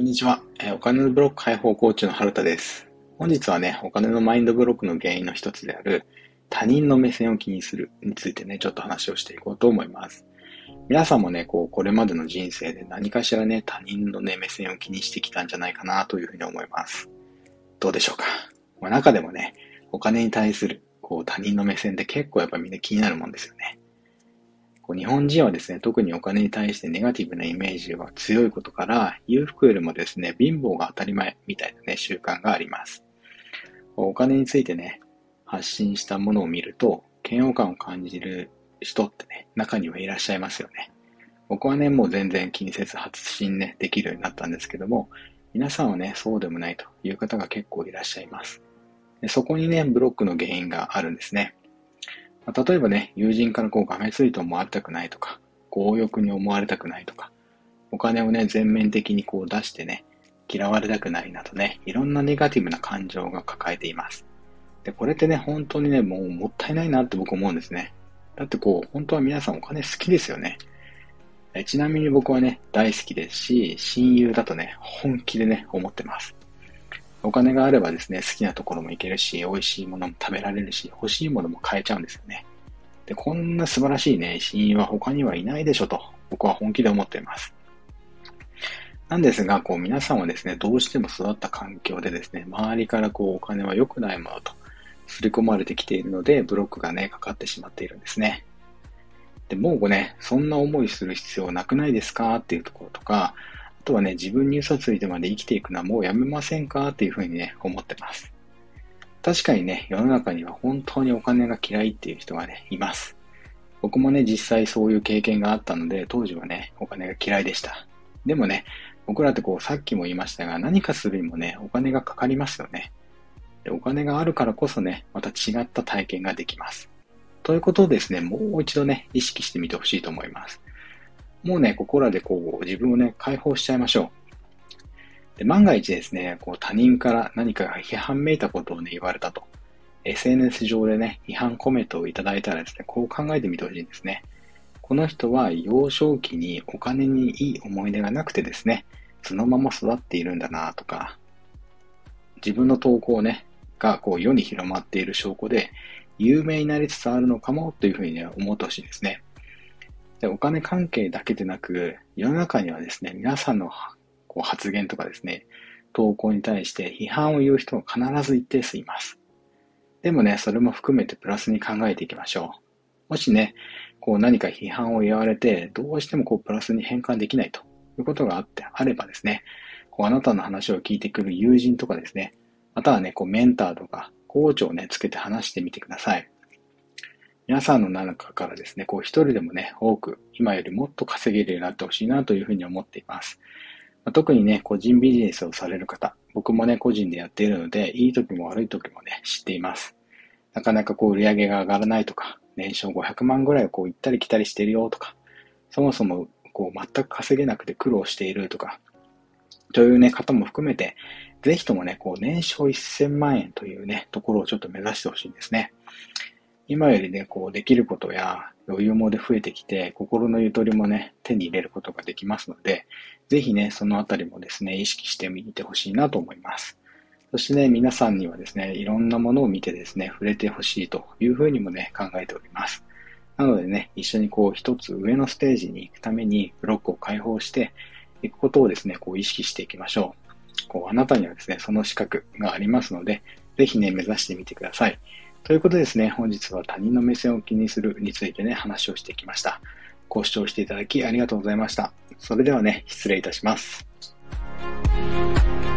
にちは。お金のブロック解放コーチの春田です。本日はね、お金のマインドブロックの原因の一つである他人の目線を気にするについてね、ちょっと話をしていこうと思います。皆さんもね、これまでの人生で何かしらね、他人のね、目線を気にしてきたんじゃないかなというふうに思います。どうでしょうか。中でもね、お金に対する他人の目線って結構やっぱみんな気になるもんですよね。日本人はですね、特にお金に対してネガティブなイメージが強いことから、裕福よりもですね、貧乏が当たり前みたいなね、習慣があります。お金についてね、発信したものを見ると、嫌悪感を感じる人ってね、中にはいらっしゃいますよね。僕はね、もう全然気にせず発信ね、できるようになったんですけども、皆さんはね、そうでもないという方が結構いらっしゃいます。でそこにね、ブロックの原因があるんですね。例えばね、友人からがめついと思われたくないとか、強欲に思われたくないとか、お金をね、全面的に出してね、嫌われたくないなどね、いろんなネガティブな感情が抱えています。で、これってね、本当にね、もうもったいないなって僕思うんですね。だって本当は皆さんお金好きですよね。ちなみに僕はね、大好きですし、親友だとね、本気でね、思ってます。お金があればですね、好きなところも行けるし、美味しいものも食べられるし、欲しいものも買えちゃうんですよね。で、こんな素晴らしいね、親友は他にはいないでしょと、僕は本気で思っています。なんですが、皆さんはですね、どうしても育った環境でですね、周りからお金は良くないものと、刷り込まれてきているので、ブロックがね、かかってしまっているんですね。で、もうね、そんな思いする必要なくないですかっていうところとか、あとはね、自分に嘘ついてまで生きていくのはもうやめませんかっていうふうにね、思ってます。確かにね、世の中には本当にお金が嫌いっていう人がね、います。僕もね、実際そういう経験があったので、当時はね、お金が嫌いでした。でもね、僕らってさっきも言いましたが、何かするにもね、お金がかかりますよね。で、お金があるからこそね、また違った体験ができます。ということをですね、もう一度ね、意識してみてほしいと思います。もうね、ここらで自分をね、解放しちゃいましょう。で、万が一ですね、他人から何か批判めいたことをね、言われたと。SNS 上でね、批判コメントをいただいたらですね、こう考えてみてほしいんですね。この人は幼少期にお金にいい思い出がなくてですね、そのまま育っているんだなとか、自分の投稿ね、が世に広まっている証拠で、有名になりつつあるのかもというふうにね、思ってほしいですね。で、お金関係だけでなく、世の中にはですね、皆さんの発言とかですね、投稿に対して批判を言う人が必ず一定数います。でもね、それも含めてプラスに考えていきましょう。もしね、何か批判を言われて、どうしてもプラスに変換できないということがあればですね、あなたの話を聞いてくる友人とかですね、またはね、メンターとか、コーチをね、つけて話してみてください。皆さんの中からですね、一人でもね、多く、今よりもっと稼げるようになってほしいなというふうに思っています。特にね、個人ビジネスをされる方、僕もね、個人でやっているので、いい時も悪い時もね、知っています。なかなか売り上げが上がらないとか、年商500万ぐらいを行ったり来たりしてるよとか、そもそも全く稼げなくて苦労しているとか、というね、方も含めて、ぜひともね、年商1000万円というね、ところをちょっと目指してほしいんですね。今よりね、できることや余裕もで増えてきて、心のゆとりもね、手に入れることができますので、ぜひね、そのあたりもですね、意識してみてほしいなと思います。そしてね、皆さんにはですね、いろんなものを見てですね、触れてほしいというふうにもね、考えております。なのでね、一緒に一つ上のステージに行くために、ブロックを解放していくことをですね、意識していきましょう。あなたにはですね、その資格がありますので、ぜひね、目指してみてください。ということでですね、本日は他人の目線を気にするについてね、話をしてきました。ご視聴していただきありがとうございました。それではね、失礼いたします。